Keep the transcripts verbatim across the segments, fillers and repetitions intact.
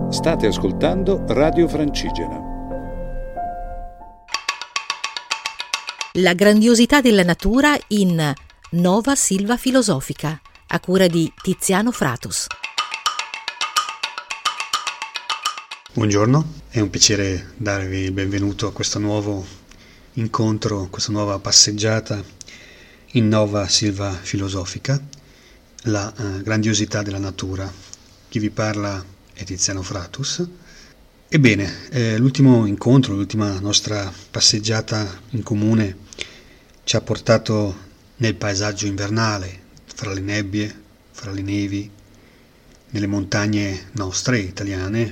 State ascoltando Radio Francigena. La grandiosità della natura in Nova Silva Filosofica, a cura di Tiziano Fratus. Buongiorno, è un piacere darvi il benvenuto a questo nuovo incontro, questa nuova passeggiata in Nova Silva Filosofica, la uh, grandiosità della natura. Chi vi parla è Tiziano Fratus. Ebbene, eh, l'ultimo incontro, l'ultima nostra passeggiata in comune ci ha portato nel paesaggio invernale, fra le nebbie, fra le nevi, nelle montagne nostre italiane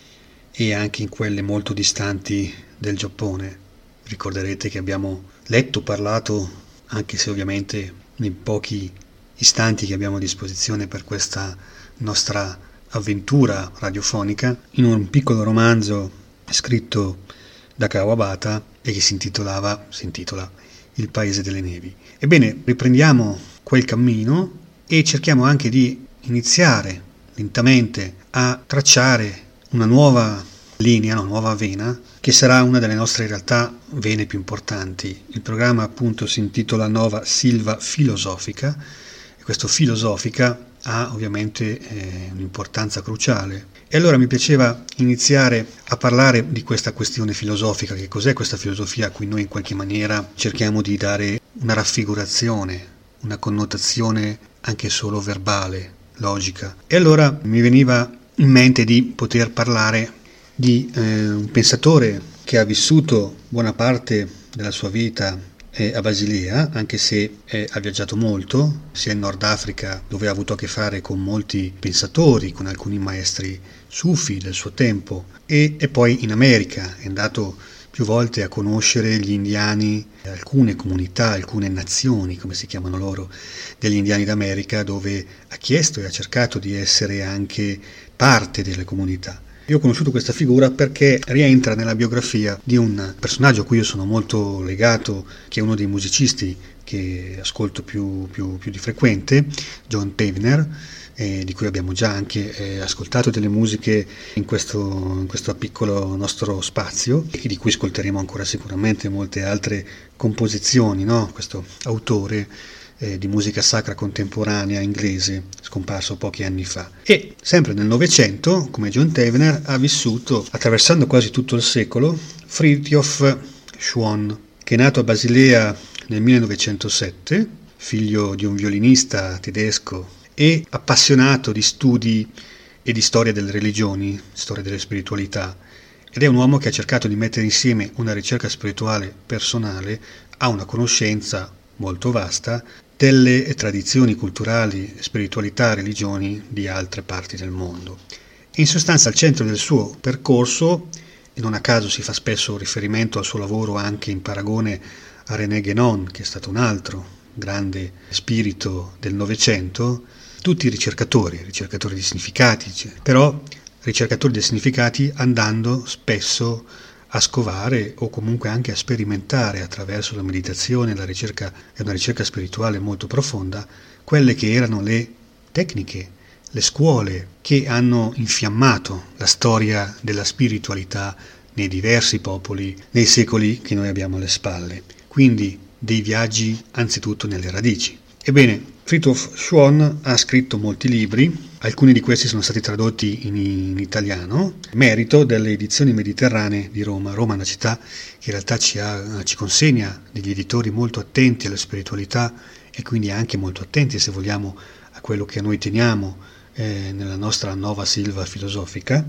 e anche in quelle molto distanti del Giappone. Ricorderete che abbiamo letto, parlato, anche se ovviamente nei pochi istanti che abbiamo a disposizione per questa nostra avventura radiofonica, in un piccolo romanzo scritto da Kawabata e che si intitolava, si intitola Il Paese delle Nevi. Ebbene, riprendiamo quel cammino e cerchiamo anche di iniziare lentamente a tracciare una nuova linea, una nuova vena, che sarà una delle nostre in realtà vene più importanti. Il programma appunto si intitola Nova Silva Filosofica e questo filosofica ha ovviamente eh, un'importanza cruciale. E allora mi piaceva iniziare a parlare di questa questione filosofica, che cos'è questa filosofia a cui noi in qualche maniera cerchiamo di dare una raffigurazione, una connotazione anche solo verbale, logica. E allora mi veniva in mente di poter parlare di eh, un pensatore che ha vissuto buona parte della sua vita a Basilea, anche se eh, ha viaggiato molto, sia in Nord Africa, dove ha avuto a che fare con molti pensatori, con alcuni maestri sufi del suo tempo, e, e poi in America è andato più volte a conoscere gli indiani, alcune comunità, alcune nazioni, come si chiamano loro, degli indiani d'America, dove ha chiesto e ha cercato di essere anche parte delle comunità. Io ho conosciuto questa figura perché rientra nella biografia di un personaggio a cui io sono molto legato, che è uno dei musicisti che ascolto più, più, più di frequente, John Tavener, eh, di cui abbiamo già anche eh, ascoltato delle musiche in questo, in questo piccolo nostro spazio, e di cui ascolteremo ancora sicuramente molte altre composizioni, no? Questo autore eh, di musica sacra contemporanea inglese, scomparso pochi anni fa. E sempre nel Novecento, come John Tavener, ha vissuto, attraversando quasi tutto il secolo, Fridtjof Schuon, che è nato a Basilea nel millenovecentosette, figlio di un violinista tedesco e appassionato di studi e di storia delle religioni, storia delle spiritualità, ed è un uomo che ha cercato di mettere insieme una ricerca spirituale personale a una conoscenza molto vasta delle tradizioni culturali, spiritualità, religioni di altre parti del mondo. E in sostanza al centro del suo percorso, e non a caso si fa spesso riferimento al suo lavoro anche in paragone a René Guénon, che è stato un altro grande spirito del Novecento, tutti ricercatori, ricercatori di significati, però ricercatori di significati andando spesso a scovare o comunque anche a sperimentare attraverso la meditazione, la ricerca e una ricerca spirituale molto profonda, quelle che erano le tecniche, le scuole che hanno infiammato la storia della spiritualità nei diversi popoli, nei secoli che noi abbiamo alle spalle. Quindi dei viaggi anzitutto nelle radici. Ebbene, Fridtjof Schuon ha scritto molti libri, alcuni di questi sono stati tradotti in, in italiano, merito delle edizioni mediterranee di Roma. Roma è una città che in realtà ci, ha, ci consegna degli editori molto attenti alla spiritualità e quindi anche molto attenti, se vogliamo, a quello che noi teniamo eh, nella nostra Nova Silva Filosofica.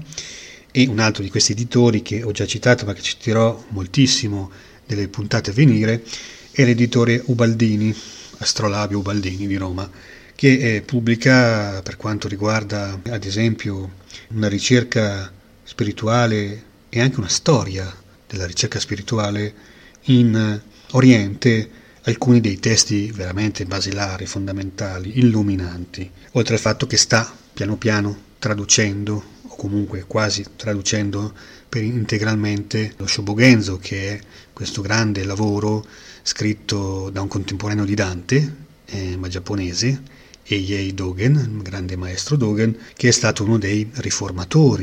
E un altro di questi editori che ho già citato, ma che citerò moltissimo nelle puntate a venire, è l'editore Ubaldini, Astrolabio Ubaldini di Roma, che eh, pubblica, per quanto riguarda ad esempio una ricerca spirituale e anche una storia della ricerca spirituale in Oriente, alcuni dei testi veramente basilari, fondamentali, illuminanti, oltre al fatto che sta piano piano traducendo, o comunque quasi traducendo per integralmente lo Shobogenzo, che è questo grande lavoro scritto da un contemporaneo di Dante, eh, ma giapponese, Eijei Dogen, il grande maestro Dogen, che è stato uno dei riformatori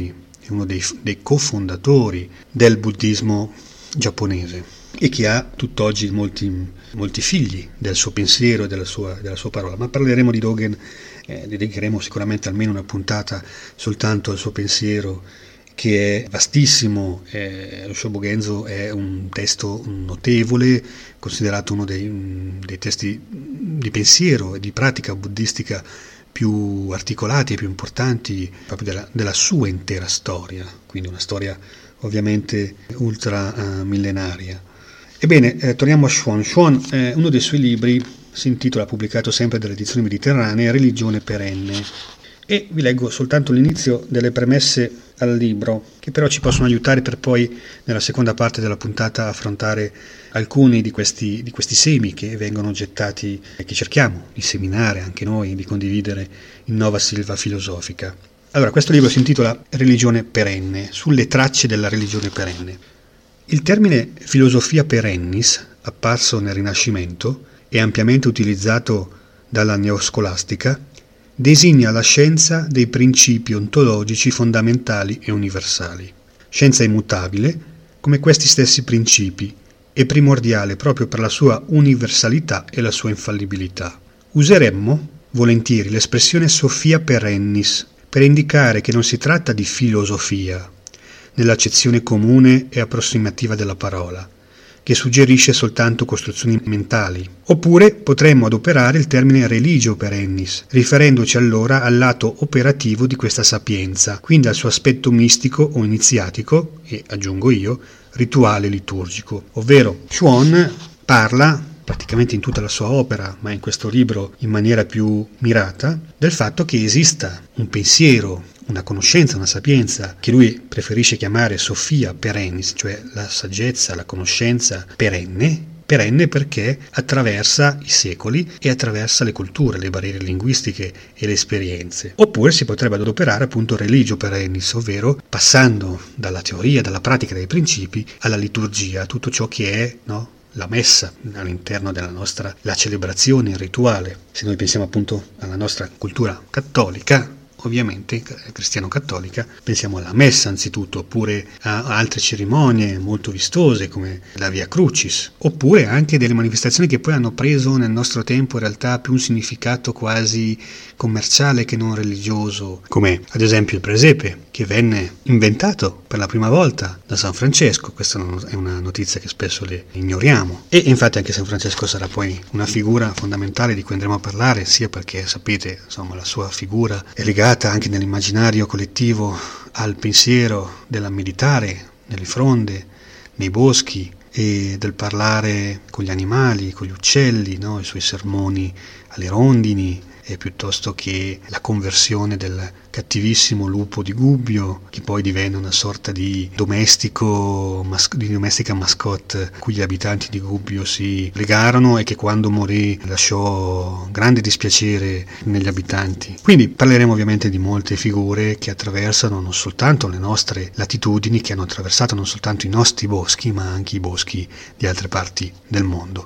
uno dei, dei cofondatori del buddismo giapponese e che ha tutt'oggi molti, molti figli del suo pensiero e della sua, della sua parola. Ma parleremo di Dogen, eh, dedicheremo sicuramente almeno una puntata soltanto al suo pensiero, che è vastissimo. Eh, lo Shobogenzo è un testo notevole, considerato uno dei, dei testi di pensiero e di pratica buddistica più articolati e più importanti proprio della, della sua intera storia, quindi una storia ovviamente ultra uh, millenaria. Ebbene, eh, torniamo a Chuon. Chuon, eh, uno dei suoi libri si intitola, pubblicato sempre dalle edizioni mediterranee, Religione perenne, e vi leggo soltanto l'inizio delle premesse al libro, che però ci possono aiutare per poi nella seconda parte della puntata affrontare alcuni di questi, di questi semi che vengono gettati e che cerchiamo di seminare anche noi, di condividere in Nova Silva Filosofica. Allora, questo libro si intitola Religione perenne, sulle tracce della religione perenne. Il termine filosofia perennis, apparso nel Rinascimento e ampiamente utilizzato dalla neoscolastica, designa la scienza dei principi ontologici fondamentali e universali. Scienza immutabile, come questi stessi principi, e primordiale proprio per la sua universalità e la sua infallibilità. Useremmo volentieri l'espressione Sophia perennis per indicare che non si tratta di filosofia, nell'accezione comune e approssimativa della parola, che suggerisce soltanto costruzioni mentali. Oppure potremmo adoperare il termine religio perennis, riferendoci allora al lato operativo di questa sapienza, quindi al suo aspetto mistico o iniziatico, e aggiungo io, rituale liturgico. Ovvero, Chuon parla, praticamente in tutta la sua opera, ma in questo libro in maniera più mirata, del fatto che esista un pensiero, una conoscenza, una sapienza, che lui preferisce chiamare Sophia perennis, cioè la saggezza, la conoscenza perenne, perenne perché attraversa i secoli e attraversa le culture, le barriere linguistiche e le esperienze. Oppure si potrebbe adoperare appunto religio perennis, ovvero passando dalla teoria, dalla pratica dei principi alla liturgia, tutto ciò che è, no? La messa all'interno della nostra, la celebrazione, il rituale. Se noi pensiamo appunto alla nostra cultura cattolica, ovviamente cristiano-cattolica, pensiamo alla messa anzitutto, oppure a altre cerimonie molto vistose come la Via Crucis, oppure anche delle manifestazioni che poi hanno preso nel nostro tempo in realtà più un significato quasi commerciale che non religioso, come ad esempio il presepe, che venne inventato per la prima volta da San Francesco. Questa è una notizia che spesso le ignoriamo, e infatti anche San Francesco sarà poi una figura fondamentale di cui andremo a parlare, sia perché sapete, insomma, la sua figura è legata anche nell'immaginario collettivo al pensiero della meditare nelle fronde, nei boschi, e del parlare con gli animali, con gli uccelli, no? I suoi sermoni alle rondini, e piuttosto che la conversione del cattivissimo lupo di Gubbio, che poi divenne una sorta di domestico, mas- di domestica mascotte a cui gli abitanti di Gubbio si legarono e che quando morì lasciò grande dispiacere negli abitanti. Quindi parleremo ovviamente di molte figure che attraversano non soltanto le nostre latitudini, che hanno attraversato non soltanto i nostri boschi, ma anche i boschi di altre parti del mondo.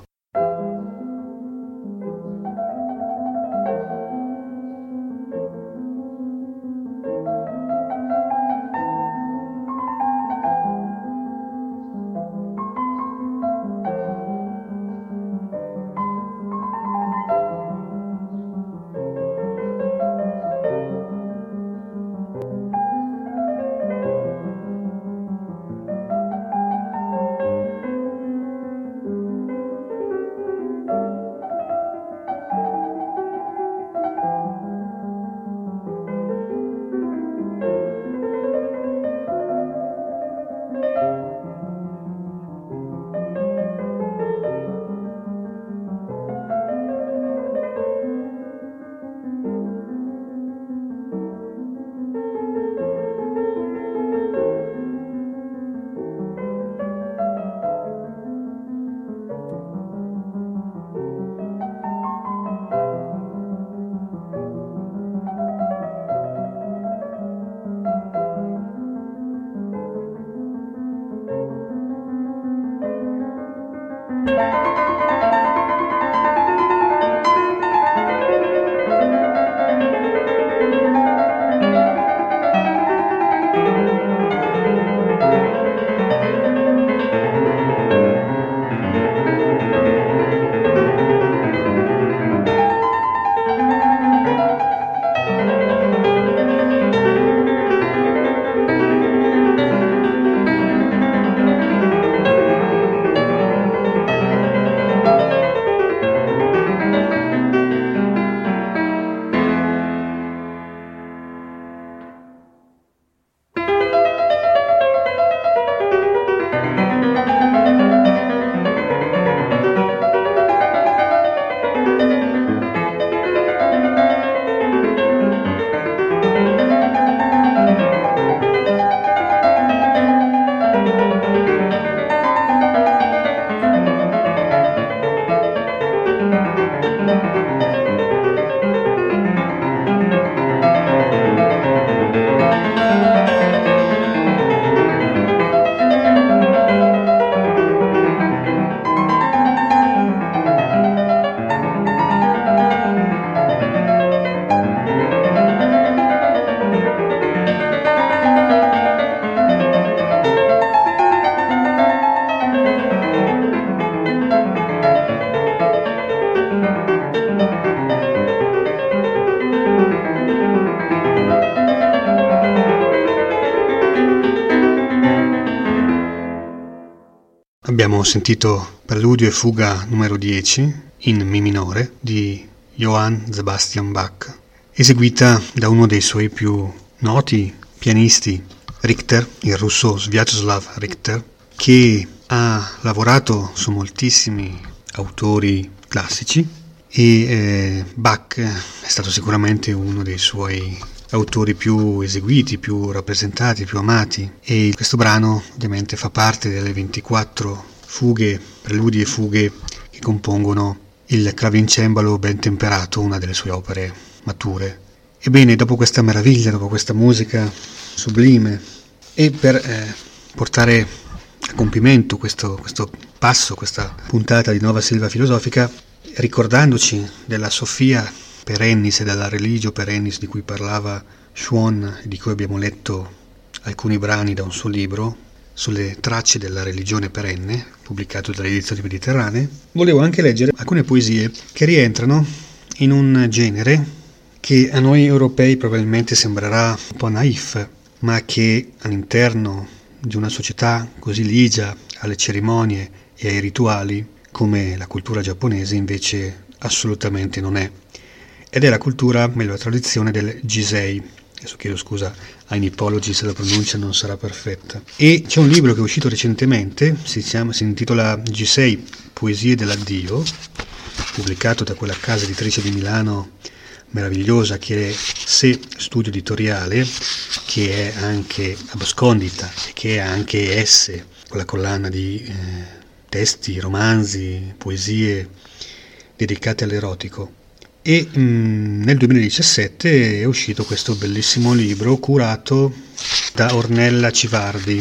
Abbiamo sentito Preludio e Fuga numero dieci in Mi minore di Johann Sebastian Bach, eseguita da uno dei suoi più noti pianisti, Richter, il russo Sviatoslav Richter, che ha lavorato su moltissimi autori classici e eh, Bach è stato sicuramente uno dei suoi autori più eseguiti, più rappresentati, più amati, e questo brano ovviamente fa parte delle ventiquattro fughe, preludi e fughe che compongono il Clavicembalo ben temperato, una delle sue opere mature. Ebbene, dopo questa meraviglia, dopo questa musica sublime, e per eh, portare a compimento questo, questo passo, questa puntata di Nova Silva Filosofica, ricordandoci della Sophia Perennis e della Religio Perennis di cui parlava Schwann e di cui abbiamo letto alcuni brani da un suo libro sulle tracce della religione perenne, pubblicato dalle edizioni mediterranee, volevo anche leggere alcune poesie che rientrano in un genere che a noi europei probabilmente sembrerà un po' naif, ma che all'interno di una società così ligia alle cerimonie e ai rituali come la cultura giapponese invece assolutamente non è. Ed è la cultura, meglio la tradizione del Jisei. Adesso chiedo scusa ai nippologi se la pronuncia non sarà perfetta. E c'è un libro che è uscito recentemente, si, chiama, si intitola Jisei, Poesie dell'addio, pubblicato da quella casa editrice di Milano meravigliosa che è Se Studio Editoriale, che è anche abscondita e che è anche esse, quella collana di eh, testi, romanzi, poesie dedicate all'erotico. E mh, nel duemiladiciassette è uscito questo bellissimo libro curato da Ornella Civardi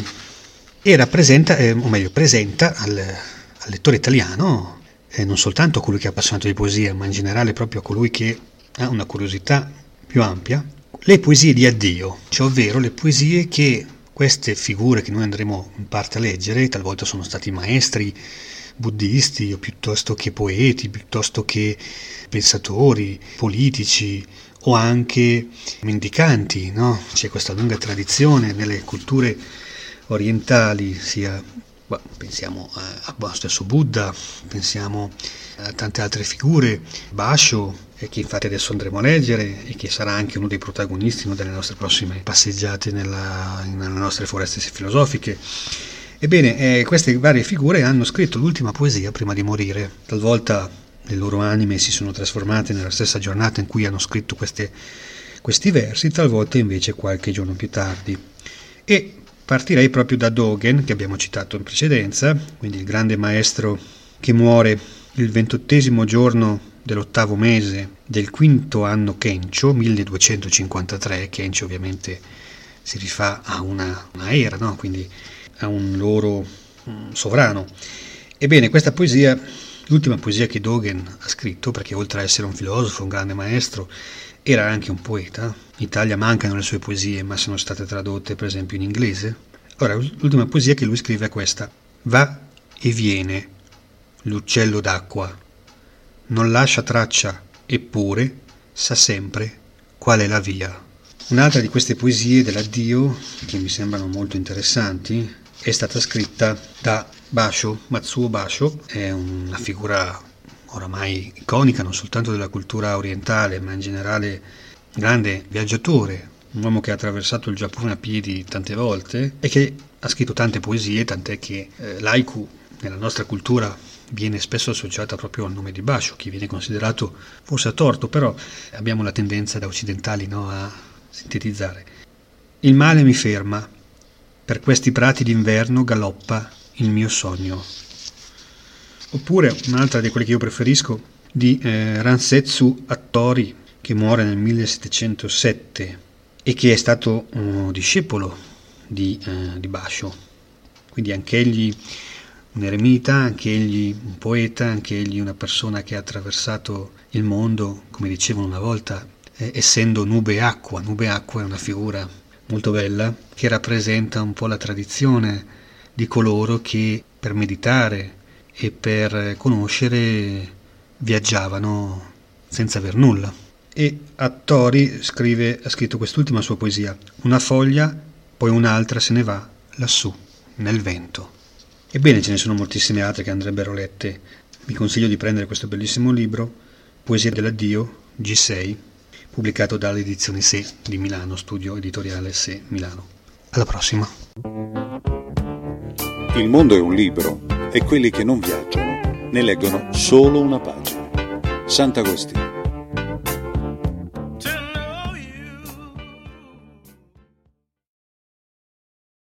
e rappresenta, eh, o meglio presenta al, al lettore italiano, eh, non soltanto a colui che è appassionato di poesia, ma in generale proprio a colui che ha una curiosità più ampia, le poesie di addio, cioè ovvero le poesie che queste figure che noi andremo in parte a leggere, talvolta sono stati maestri buddisti o piuttosto che poeti, piuttosto che pensatori, politici o anche mendicanti, no? C'è questa lunga tradizione nelle culture orientali, sia bah, pensiamo allo stesso Buddha, pensiamo a tante altre figure, Basho, che infatti adesso andremo a leggere e che sarà anche uno dei protagonisti no, delle nostre prossime passeggiate nella, nelle nostre foreste filosofiche. Ebbene, eh, queste varie figure hanno scritto l'ultima poesia prima di morire. Talvolta le loro anime si sono trasformate nella stessa giornata in cui hanno scritto queste, questi versi, talvolta invece qualche giorno più tardi. E partirei proprio da Dogen, che abbiamo citato in precedenza, quindi il grande maestro che muore il ventottesimo giorno dell'ottavo mese del quinto anno Kencho, milleduecentocinquantatré. Kencho ovviamente si rifà a una, una era, no? Quindi a un loro um, sovrano. Ebbene, questa poesia, l'ultima poesia che Dogen ha scritto, perché oltre a essere un filosofo, un grande maestro, era anche un poeta. In Italia mancano le sue poesie, ma sono state tradotte per esempio in inglese. Ora, l'ultima poesia che lui scrive è questa: va e viene l'uccello d'acqua, non lascia traccia, eppure sa sempre qual è la via. Un'altra di queste poesie dell'addio, che mi sembrano molto interessanti, è stata scritta da Basho, Matsuo Basho, è una figura oramai iconica non soltanto della cultura orientale, ma in generale grande viaggiatore, un uomo che ha attraversato il Giappone a piedi tante volte e che ha scritto tante poesie, tant'è che eh, l'haiku nella nostra cultura viene spesso associata proprio al nome di Basho, che viene considerato forse a torto, però abbiamo la tendenza da occidentali no, a sintetizzare. Il male mi ferma, per questi prati d'inverno galoppa il mio sogno. Oppure un'altra di quelle che io preferisco di eh, Ransetsu Hattori, che muore nel millesettecentosette e che è stato un discepolo di, eh, di Basho, quindi anch'egli un eremita, anch'egli un poeta, anch'egli una persona che ha attraversato il mondo, come dicevano una volta, eh, essendo nube acqua. Nube acqua è una figura molto bella che rappresenta un po' la tradizione di coloro che per meditare e per conoscere viaggiavano senza aver nulla. E Hattori scrive, ha scritto quest'ultima sua poesia: una foglia, poi un'altra se ne va lassù nel vento. Ebbene, ce ne sono moltissime altre che andrebbero lette. Vi consiglio di prendere questo bellissimo libro, Poesia dell'addio, G sei, pubblicato dalle edizioni Se di Milano, studio editoriale Se Milano. Alla prossima. Il mondo è un libro e quelli che non viaggiano ne leggono solo una pagina. Sant'Agostino.